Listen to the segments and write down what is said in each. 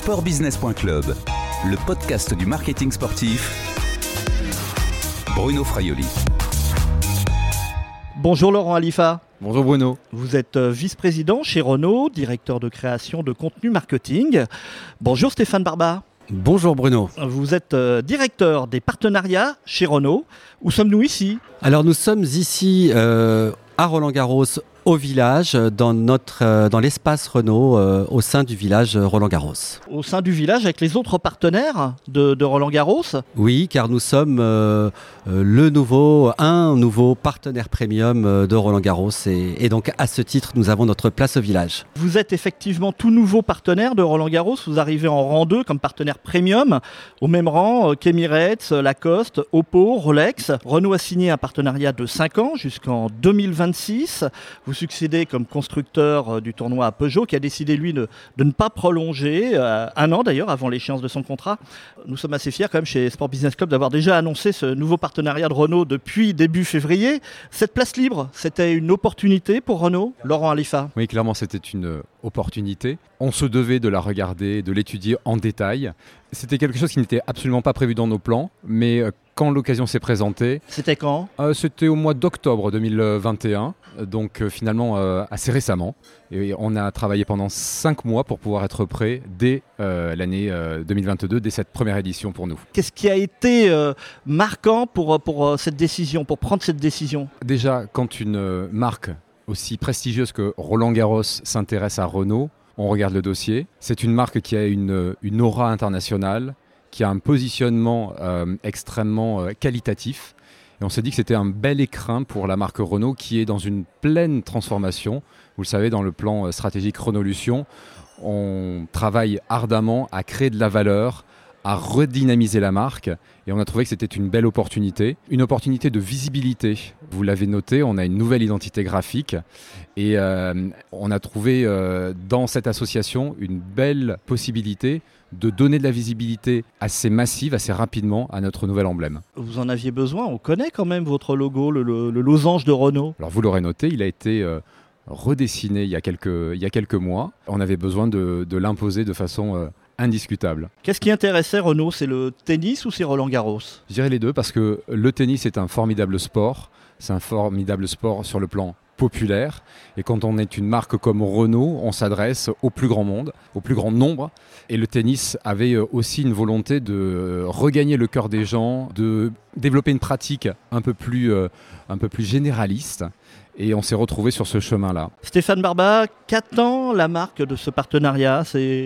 Sportbusiness.club, le podcast du marketing sportif. Bruno Fraioli. Bonjour Laurent Alifa. Bonjour Bruno. Vous êtes vice-président chez Renault, directeur de création de contenu marketing. Bonjour Stéphane Barba. Bonjour Bruno. Vous êtes directeur des partenariats chez Renault. Où sommes-nous ici ? Alors nous sommes ici à Roland-Garros, au village, dans l'espace Renault, au sein du village Roland-Garros. Au sein du village avec les autres partenaires de Roland-Garros ? Oui, car nous sommes un nouveau partenaire premium de Roland-Garros et donc à ce titre, nous avons notre place au village. Vous êtes effectivement tout nouveau partenaire de Roland-Garros. Vous arrivez en rang 2 comme partenaire premium, au même rang qu'Emirates, Lacoste, Oppo, Rolex. Renault a signé un partenariat de 5 ans jusqu'en 2026. Vous succédez comme constructeur du tournoi à Peugeot qui a décidé lui de ne pas prolonger, un an d'ailleurs avant l'échéance de son contrat. Nous sommes assez fiers quand même chez Sport Business Club d'avoir déjà annoncé ce nouveau partenariat de Renault depuis début février. Cette place libre, c'était une opportunité pour Renault, Laurent Alifa ? Oui, clairement c'était une opportunité. On se devait de la regarder, de l'étudier en détail. C'était quelque chose qui n'était absolument pas prévu dans nos plans, mais quand l'occasion s'est présentée... C'était quand ? C'était au mois d'octobre 2021, donc finalement assez récemment. Et on a travaillé pendant 5 mois pour pouvoir être prêt dès l'année 2022, dès cette première édition pour nous. Qu'est-ce qui a été marquant pour cette décision, pour prendre cette décision ? Déjà, quand une marque aussi prestigieuse que Roland-Garros s'intéresse à Renault, on regarde le dossier. C'est une marque qui a une aura internationale, qui a un positionnement extrêmement qualitatif. Et on s'est dit que c'était un bel écrin pour la marque Renault qui est dans une pleine transformation. Vous le savez, dans le plan stratégique Renaulution, on travaille ardemment à créer de la valeur, à redynamiser la marque. Et on a trouvé que c'était une belle opportunité. Une opportunité de visibilité. Vous l'avez noté, on a une nouvelle identité graphique. Et on a trouvé dans cette association une belle possibilité de donner de la visibilité assez massive, assez rapidement à notre nouvel emblème. Vous en aviez besoin, on connaît quand même votre logo, le losange de Renault. Alors vous l'aurez noté, il a été redessiné il y a quelques mois. On avait besoin de l'imposer de façon indiscutable. Qu'est-ce qui intéressait Renault ? C'est le tennis ou c'est Roland-Garros ? Je dirais les deux parce que le tennis est un formidable sport. C'est un formidable sport sur le plan populaire. Et quand on est une marque comme Renault, on s'adresse au plus grand monde, au plus grand nombre. Et le tennis avait aussi une volonté de regagner le cœur des gens, de développer une pratique un peu plus généraliste. Et on s'est retrouvé sur ce chemin-là. Stéphane Barba, qu'attend la marque de ce partenariat ?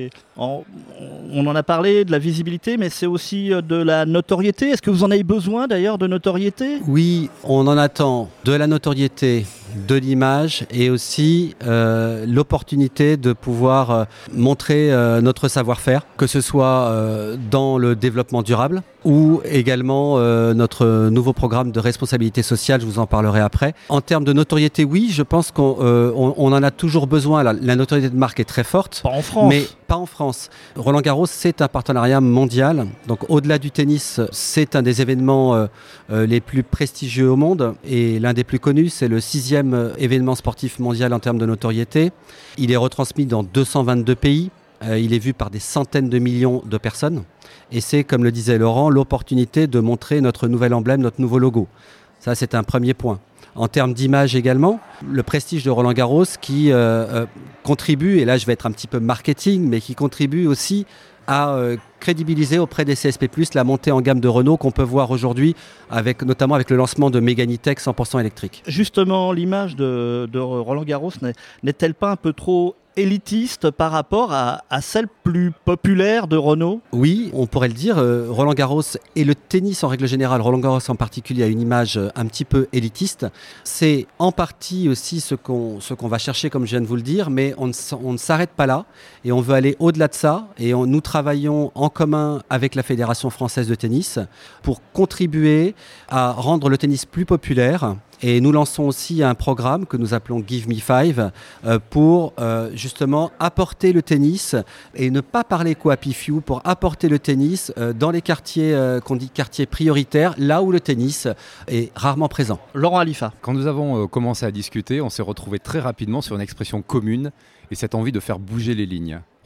On en a parlé, de la visibilité, mais c'est aussi de la notoriété. Est-ce que vous en avez besoin d'ailleurs de notoriété ? Oui, on en attend de la notoriété, de l'image et aussi l'opportunité de pouvoir montrer notre savoir-faire, que ce soit dans le développement durable ou également notre nouveau programme de responsabilité sociale, je vous en parlerai après. En termes de notoriété, oui, je pense qu'on en a toujours besoin. La notoriété de marque est très forte. Pas en France. Mais pas en France. Roland-Garros, c'est un partenariat mondial. Donc au-delà du tennis, c'est un des événements les plus prestigieux au monde et l'un des plus connus, c'est le 6e événement sportif mondial en termes de notoriété. Il est retransmis dans 222 pays. Il est vu par des centaines de millions de personnes. Et c'est, comme le disait Laurent, l'opportunité de montrer notre nouvel emblème, notre nouveau logo. Ça, c'est un premier point. En termes d'image également, le prestige de Roland-Garros qui contribue, et là je vais être un petit peu marketing, mais qui contribue aussi à crédibiliser auprès des CSP+, la montée en gamme de Renault qu'on peut voir aujourd'hui, notamment avec le lancement de Mégane E-Tech 100% électrique. Justement, l'image de Roland-Garros n'est-elle pas un peu trop élitiste par rapport à celle plus populaire de Renault ? Oui, on pourrait le dire. Roland-Garros et le tennis en règle générale, Roland-Garros en particulier, a une image un petit peu élitiste. C'est en partie aussi ce qu'on va chercher, comme je viens de vous le dire, mais on ne s'arrête pas là et on veut aller au-delà de ça. Et nous travaillons en commun avec la Fédération française de tennis pour contribuer à rendre le tennis plus populaire. Et nous lançons aussi un programme que nous appelons Give Me 5 pour justement apporter le tennis et ne pas parler coapifiou, pour apporter le tennis dans les quartiers qu'on dit quartiers prioritaires, là où le tennis est rarement présent. Laurent Alifa. Quand nous avons commencé à discuter, on s'est retrouvé très rapidement sur une expression commune et cette envie de faire bouger les lignes.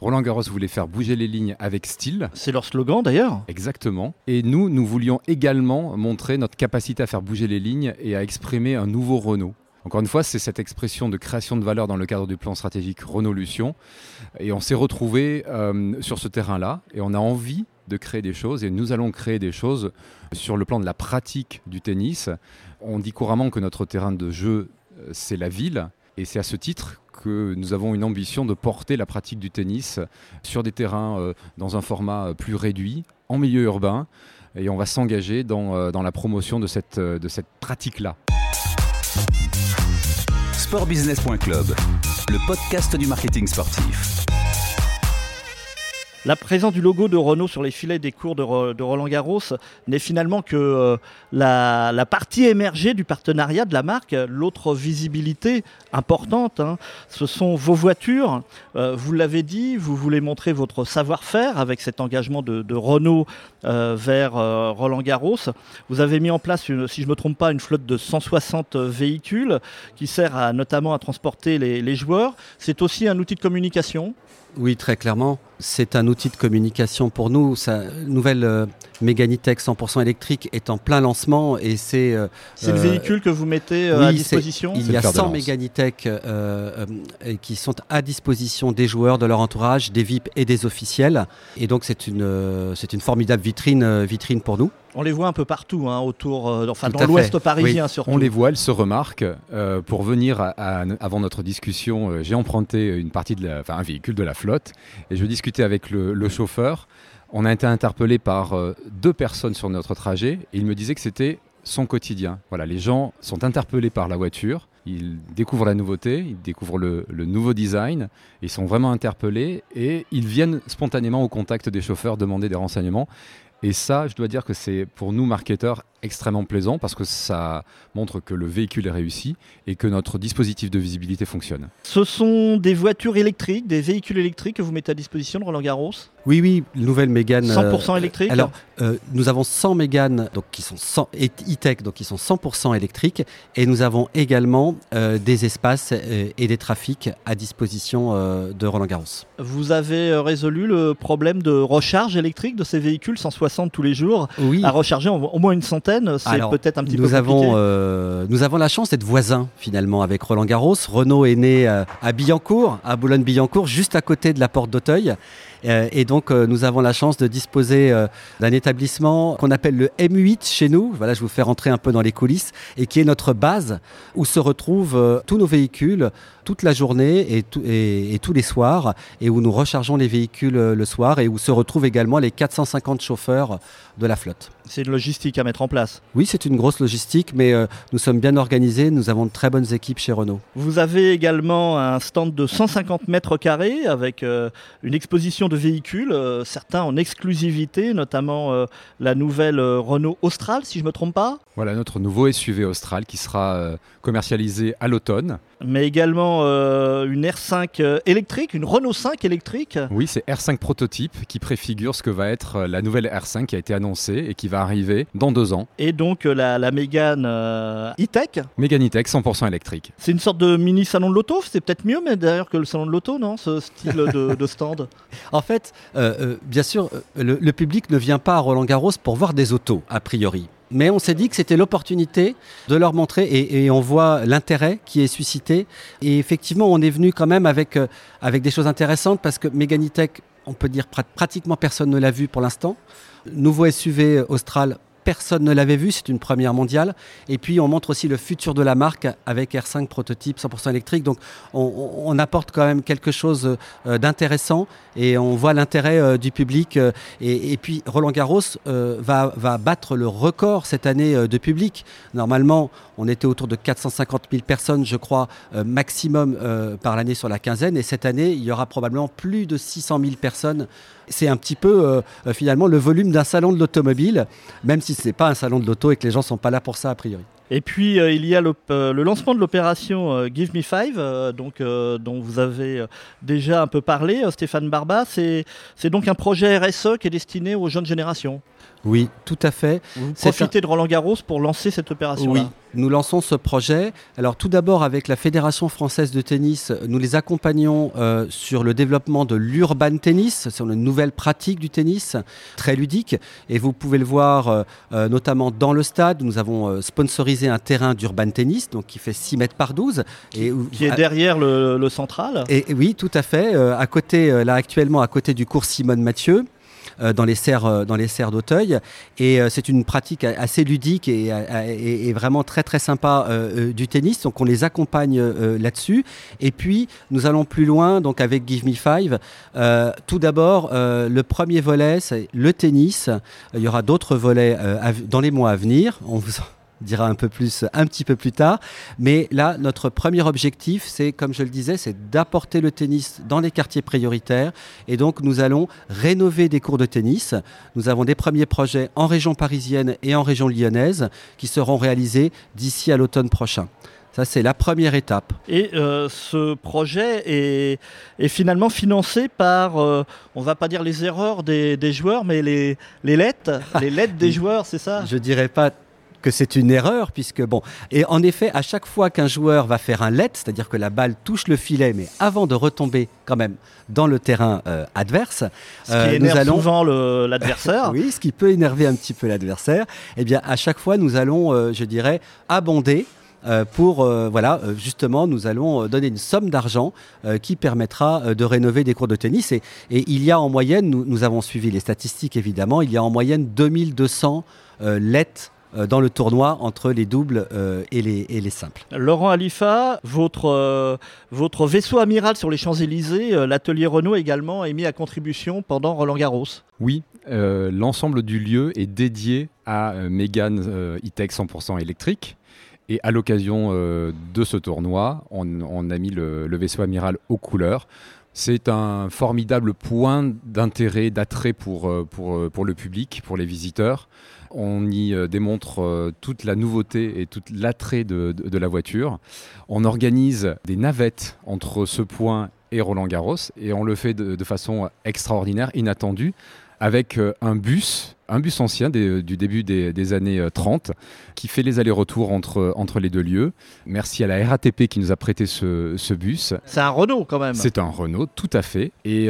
Roland-Garros voulait faire bouger les lignes avec style. C'est leur slogan d'ailleurs. Exactement. Et nous voulions également montrer notre capacité à faire bouger les lignes et à exprimer un nouveau Renault. Encore une fois, c'est cette expression de création de valeur dans le cadre du plan stratégique Renault-Lution. Et on s'est retrouvés sur ce terrain-là et on a envie de créer des choses et nous allons créer des choses sur le plan de la pratique du tennis. On dit couramment que notre terrain de jeu, c'est la ville et c'est à ce titre que nous avons une ambition de porter la pratique du tennis sur des terrains dans un format plus réduit, en milieu urbain et on va s'engager dans la promotion de cette pratique-là. Sportbusiness.club, le podcast du marketing sportif. La présence du logo de Renault sur les filets des cours de Roland-Garros n'est finalement que la partie émergée du partenariat de la marque. L'autre visibilité importante, ce sont vos voitures. Vous l'avez dit, vous voulez montrer votre savoir-faire avec cet engagement de Renault vers Roland-Garros. Vous avez mis en place, si je ne me trompe pas, une flotte de 160 véhicules qui sert notamment à transporter les joueurs. C'est aussi un outil de communication. Oui, très clairement. C'est un outil de communication pour nous. Sa nouvelle Mégane E-Tech 100% électrique est en plein lancement et c'est le véhicule que vous mettez à disposition. Il y a 100 Mégane E-Tech qui sont à disposition des joueurs, de leur entourage, des VIP et des officiels. Et donc c'est une formidable vitrine pour nous. On les voit un peu partout, autour, dans l'ouest parisien surtout. On les voit, elles se remarquent. Pour venir avant notre discussion, j'ai emprunté une partie un véhicule de la flotte et je discutais avec le chauffeur. On a été interpellé par 2 personnes sur notre trajet et il me disait que c'était son quotidien. Voilà, les gens sont interpellés par la voiture, ils découvrent la nouveauté, ils découvrent le nouveau design, ils sont vraiment interpellés et ils viennent spontanément au contact des chauffeurs demander des renseignements. Et ça, je dois dire que c'est pour nous marketeurs extrêmement plaisant parce que ça montre que le véhicule est réussi et que notre dispositif de visibilité fonctionne. Ce sont des voitures électriques, des véhicules électriques que vous mettez à disposition de Roland-Garros ? Oui, nouvelle Mégane. 100% électrique ? Alors, nous avons 100 Méganes qui sont E-Tech, donc qui sont 100% électriques. Et nous avons également des espaces et des trafics à disposition de Roland-Garros. Vous avez résolu le problème de recharge électrique de ces véhicules 160 tous les jours ? Oui. À recharger au moins une centaine, c'est peut-être un petit peu compliqué. Nous avons la chance d'être voisins finalement avec Roland-Garros. Renault est né à Billancourt, à Boulogne-Billancourt, juste à côté de la porte d'Auteuil. Et donc, nous avons la chance de disposer d'un établissement qu'on appelle le M8 chez nous. Voilà, je vous fais rentrer un peu dans les coulisses et qui est notre base où se retrouvent tous nos véhicules toute la journée et tous les soirs et où nous rechargeons les véhicules le soir et où se retrouvent également les 450 chauffeurs de la flotte. C'est une logistique à mettre en place. Oui, c'est une grosse logistique, mais nous sommes bien organisés. Nous avons de très bonnes équipes chez Renault. Vous avez également un stand de 150 mètres carrés avec une exposition de véhicules, certains en exclusivité, notamment la nouvelle Renault Austral, si je ne me trompe pas. Voilà notre nouveau SUV Austral qui sera commercialisé à l'automne. Mais également une R5 électrique, une Renault 5 électrique. Oui, c'est R5 prototype qui préfigure ce que va être la nouvelle R5 qui a été annoncée et qui va arriver dans 2 ans. Et donc la Mégane E-Tech. Mégane E-Tech 100% électrique. C'est une sorte de mini salon de l'auto, c'est peut-être mieux mais d'ailleurs que le salon de l'auto, non, ce style de stand. En fait, bien sûr, le public ne vient pas à Roland-Garros pour voir des autos, a priori. Mais on s'est dit que c'était l'opportunité de leur montrer et on voit l'intérêt qui est suscité. Et effectivement, on est venu quand même avec des choses intéressantes parce que Mégane E-Tech, on peut dire pratiquement personne ne l'a vu pour l'instant. Nouveau SUV Austral, personne ne l'avait vu, c'est une première mondiale. Et puis on montre aussi le futur de la marque avec R5 prototype 100% électrique. Donc on apporte quand même quelque chose d'intéressant et on voit l'intérêt du public. Et puis Roland-Garros va battre le record cette année de public. Normalement, on était autour de 450 000 personnes, je crois, maximum par l'année sur la quinzaine. Et cette année, il y aura probablement plus de 600 000 personnes. C'est un petit peu finalement le volume d'un salon de l'automobile, même si ce n'est pas un salon de l'auto et que les gens ne sont pas là pour ça a priori. Et puis il y a le lancement de l'opération Give Me 5, dont vous avez déjà un peu parlé, Stéphane Barba. C'est donc un projet RSE qui est destiné aux jeunes générations. Oui, tout à fait. Vous profitez de Roland-Garros pour lancer cette opération-là. Oui, nous lançons ce projet. Alors tout d'abord avec la Fédération française de tennis, nous les accompagnons sur le développement de l'urban tennis, sur une nouvelle pratique du tennis, très ludique. Et vous pouvez le voir notamment dans le stade. Nous avons sponsorisé un terrain d'urban tennis, donc qui fait 6 mètres par 12. Qui est derrière le central. Et oui, tout à fait. À côté, là actuellement, à côté du cours Simone Mathieu. Dans les serres d'Auteuil, et c'est une pratique assez ludique et vraiment très très sympa du tennis, donc on les accompagne là-dessus. Et puis nous allons plus loin, donc avec Give Me Five. Tout d'abord, le premier volet, c'est le tennis. Il y aura d'autres volets dans les mois à venir. On vous dira un petit peu plus tard. Mais là, notre premier objectif, c'est, comme je le disais, c'est d'apporter le tennis dans les quartiers prioritaires. Et donc, nous allons rénover des cours de tennis. Nous avons des premiers projets en région parisienne et en région lyonnaise qui seront réalisés d'ici à l'automne prochain. Ça, c'est la première étape. Et ce projet est finalement financé par, on ne va pas dire les erreurs des joueurs, mais les lettres des joueurs, c'est ça ? Je ne dirais pas que c'est une erreur, puisque bon, et en effet, à chaque fois qu'un joueur va faire un let, c'est-à-dire que la balle touche le filet, mais avant de retomber quand même dans le terrain adverse, ce qui énerve souvent l'adversaire. Oui, ce qui peut énerver un petit peu l'adversaire. Eh bien, à chaque fois, nous allons, je dirais, abonder. Justement, nous allons donner une somme d'argent qui permettra de rénover des cours de tennis. Et il y a en moyenne, nous avons suivi les statistiques évidemment, il y a en moyenne 2200 lets dans le tournoi entre les doubles et les simples. Laurent Alifa, votre vaisseau amiral sur les Champs-Élysées, l'atelier Renault également, est mis à contribution pendant Roland-Garros. Oui, l'ensemble du lieu est dédié à Mégane E-Tech 100% électrique. Et à l'occasion de ce tournoi, on a mis le vaisseau amiral aux couleurs. C'est un formidable point d'intérêt, d'attrait pour le public, pour les visiteurs. On y démontre toute la nouveauté et tout l'attrait de la voiture. On organise des navettes entre ce point et Roland-Garros et on le fait de façon extraordinaire, inattendue, avec un bus ancien du début des années 30 qui fait les allers-retours entre les deux lieux. Merci à la RATP qui nous a prêté ce bus. C'est un Renault quand même. C'est un Renault, tout à fait. Et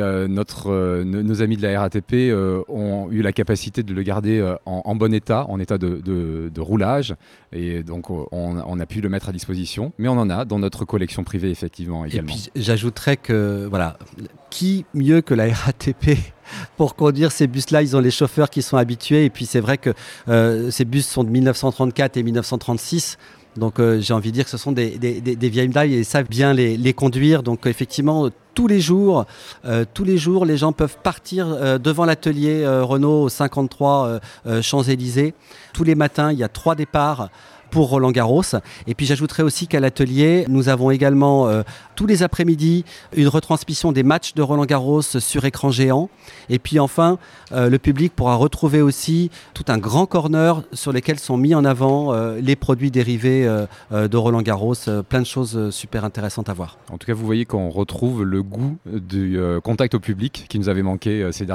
nos amis de la RATP ont eu la capacité de le garder en bon état, en état de roulage. Et donc on a pu le mettre à disposition. Mais on en a dans notre collection privée effectivement également. Et puis j'ajouterais que voilà, qui mieux que la RATP pour conduire ces bus-là, ils ont les chauffeurs qui sont habitués. Et puis c'est vrai que ces bus sont de 1934 et 1936. Donc j'ai envie de dire que ce sont des vieilles médailles et ils savent bien les conduire. Donc effectivement, tous les jours, les gens peuvent partir devant l'atelier Renault au 53 Champs-Élysées. Tous les matins, il y a 3 départs pour Roland-Garros. Et puis j'ajouterais aussi qu'à l'atelier, nous avons également tous les après-midi une retransmission des matchs de Roland-Garros sur écran géant. Et puis enfin, le public pourra retrouver aussi tout un grand corner sur lesquels sont mis en avant les produits dérivés de Roland-Garros. Plein de choses super intéressantes à voir. En tout cas, vous voyez qu'on retrouve le goût du contact au public qui nous avait manqué ces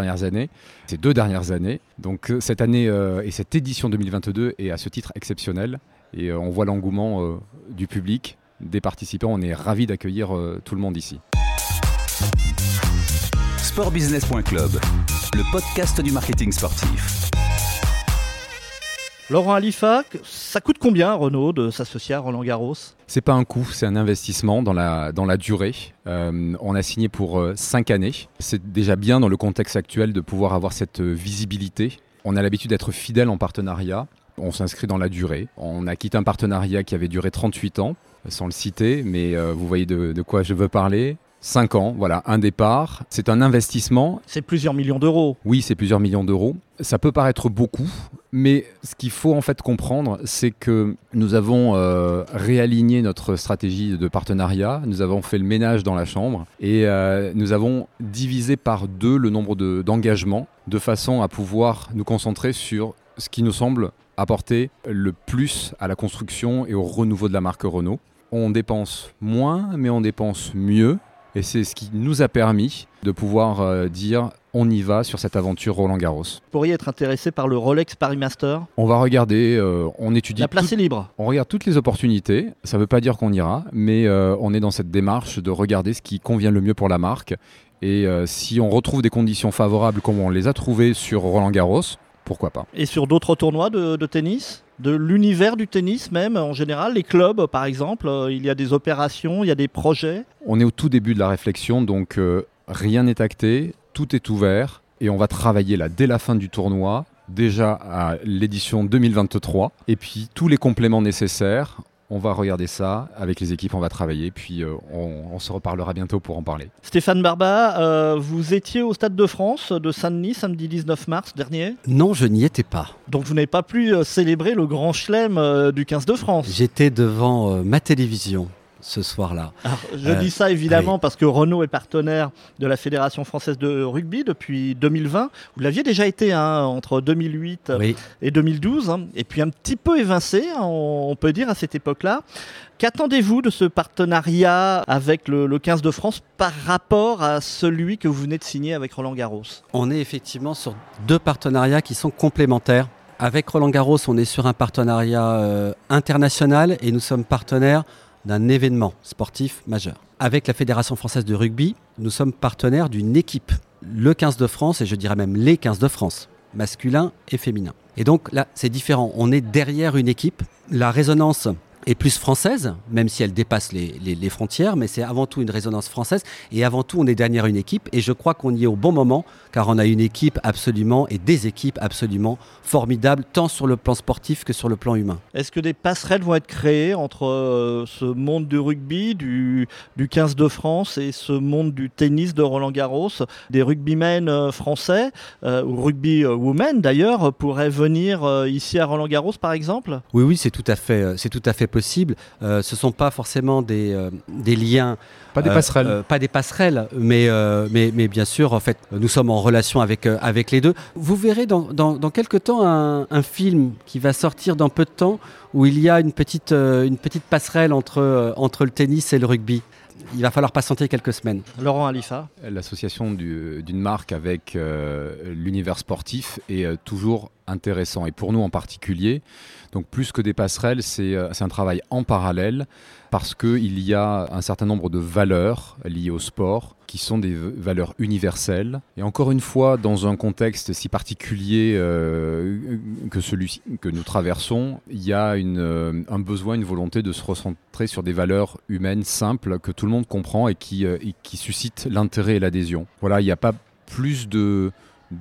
2 dernières années. Donc cette année et cette édition 2022 est à ce titre exceptionnelle. Et on voit l'engouement du public, des participants. On est ravis d'accueillir tout le monde ici. Sportbusiness.club, le podcast du marketing sportif. Laurent Alifa, ça coûte combien Renault de s'associer à Roland-Garros ? C'est pas un coût, c'est un investissement dans la durée. On a signé pour 5 années. C'est déjà bien dans le contexte actuel de pouvoir avoir cette visibilité. On a l'habitude d'être fidèle en partenariat. On s'inscrit dans la durée. On a quitté un partenariat qui avait duré 38 ans, sans le citer, mais vous voyez de quoi je veux parler. 5 ans, voilà, un départ. C'est un investissement. C'est plusieurs millions d'euros. Oui, c'est plusieurs millions d'euros. Ça peut paraître beaucoup, mais ce qu'il faut en fait comprendre, c'est que nous avons réaligné notre stratégie de partenariat. Nous avons fait le ménage dans la chambre et nous avons divisé par 2 le nombre d'engagements de façon à pouvoir nous concentrer sur ce qui nous semble apporter le plus à la construction et au renouveau de la marque Renault. On dépense moins, mais on dépense mieux. Et c'est ce qui nous a permis de pouvoir dire on y va sur cette aventure Roland-Garros. Vous pourriez être intéressé par le Rolex Paris Master. On va regarder, on étudie. La place est libre. On regarde toutes les opportunités. Ça ne veut pas dire qu'on ira, mais on est dans cette démarche de regarder ce qui convient le mieux pour la marque. Et si on retrouve des conditions favorables comme on les a trouvées sur Roland-Garros, pourquoi pas. Et sur d'autres tournois de tennis ? De l'univers du tennis même en général, les clubs par exemple, il y a des opérations, il y a des projets. On est au tout début de la réflexion, donc rien n'est acté, tout est ouvert et on va travailler là dès la fin du tournoi, déjà à l'édition 2023 et puis tous les compléments nécessaires. On va regarder ça, avec les équipes on va travailler, puis on se reparlera bientôt pour en parler. Stéphane Barbat, vous étiez au Stade de France de Saint-Denis samedi 19 mars dernier ? Non, je n'y étais pas. Donc vous n'avez pas pu célébrer le grand chelem du 15 de France ? J'étais devant ma télévision ce soir-là. Alors, je dis ça évidemment parce que Renault est partenaire de la Fédération française de rugby depuis 2020. Vous l'aviez déjà été entre 2008 et 2012, et puis un petit peu évincé, on peut dire, à cette époque-là. Qu'attendez-vous de ce partenariat avec le 15 de France par rapport à celui que vous venez de signer avec Roland-Garros ? On est effectivement sur deux partenariats qui sont complémentaires. Avec Roland-Garros, on est sur un partenariat international et nous sommes partenaires d'un événement sportif majeur. Avec la Fédération française de rugby, nous sommes partenaires d'une équipe, le 15 de France, et je dirais même les 15 de France, masculin et féminin. Et donc là, c'est différent. On est derrière une équipe. La résonance est plus française, même si elle dépasse les frontières, mais c'est avant tout une résonance française. Et avant tout, on est derrière une équipe. Et je crois qu'on y est au bon moment, car on a une équipe absolument, et des équipes absolument formidables, tant sur le plan sportif que sur le plan humain. Est-ce que des passerelles vont être créées entre ce monde du rugby, du 15 de France, et ce monde du tennis de Roland-Garros ? Des rugbymen français, ou rugby women d'ailleurs, pourraient venir ici à Roland-Garros par exemple ? Oui, c'est tout à fait possible. Ce ne sont pas forcément des liens. Pas des passerelles. Pas des passerelles, mais bien sûr, en fait, nous sommes en relation avec les deux. Vous verrez dans quelques temps un film qui va sortir dans peu de temps où il y a une petite passerelle entre le tennis et le rugby. Il va falloir patienter quelques semaines. Laurent Alifa. L'association d'une marque avec l'univers sportif est toujours intéressant. Et pour nous en particulier, donc plus que des passerelles, c'est un travail en parallèle parce qu'il y a un certain nombre de valeurs liées au sport qui sont des valeurs universelles. Et encore une fois, dans un contexte si particulier que celui que nous traversons, il y a un besoin, une volonté de se recentrer sur des valeurs humaines simples que tout le monde comprend et qui suscitent l'intérêt et l'adhésion. Voilà, il n'y a pas plus de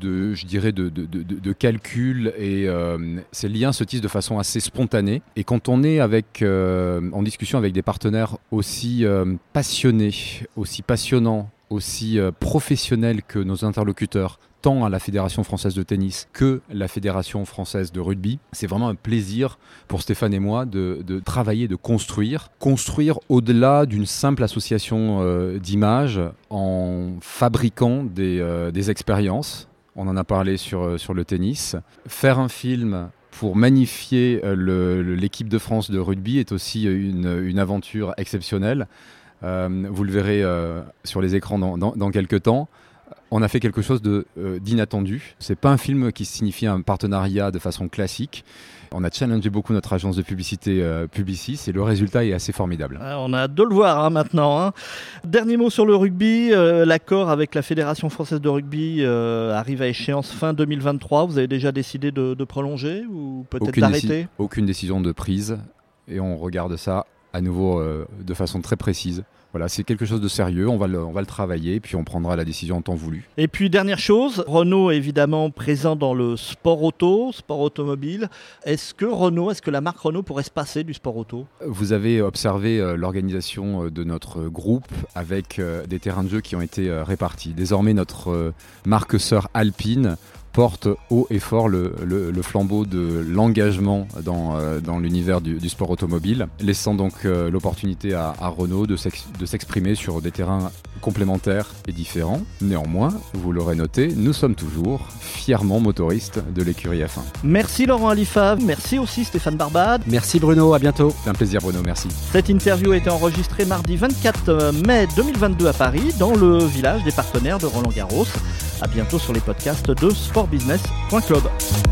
calcul et ces liens se tissent de façon assez spontanée. Et quand on est en discussion avec des partenaires aussi passionnés, aussi passionnants, aussi professionnels que nos interlocuteurs, tant à la Fédération française de tennis que la Fédération française de rugby, c'est vraiment un plaisir pour Stéphane et moi de travailler, de construire au-delà d'une simple association d'images en fabriquant des expériences. On en a parlé sur le tennis. Faire un film pour magnifier l'équipe de France de rugby est aussi une aventure exceptionnelle. Vous le verrez sur les écrans dans quelques temps. On a fait quelque chose d'inattendu. C'est pas un film qui signifie un partenariat de façon classique. On a challengé beaucoup notre agence de publicité Publicis et le résultat est assez formidable. On a hâte de le voir maintenant. Dernier mot sur le rugby. L'accord avec la Fédération française de rugby arrive à échéance fin 2023. Vous avez déjà décidé de prolonger ou peut-être d'arrêter ? Aucune décision de prise et on regarde ça à nouveau de façon très précise. Voilà, c'est quelque chose de sérieux, on va le travailler et puis on prendra la décision en temps voulu. Et puis dernière chose, Renault est évidemment présent dans le sport automobile. Est-ce que la marque Renault pourrait se passer du sport auto ? Vous avez observé l'organisation de notre groupe avec des terrains de jeu qui ont été répartis. Désormais, notre marque sœur Alpine porte haut et fort le flambeau de l'engagement dans l'univers du sport automobile, laissant donc l'opportunité à Renault de s'exprimer sur des terrains complémentaires et différents. Néanmoins, vous l'aurez noté, nous sommes toujours fièrement motoristes de l'écurie F1. Merci Laurent Alifa, merci aussi Stéphane Barbat. Merci Bruno, à bientôt. C'est un plaisir Bruno, merci. Cette interview a été enregistrée mardi 24 mai 2022 à Paris, dans le village des partenaires de Roland-Garros. À bientôt sur les podcasts de sportbusiness.club.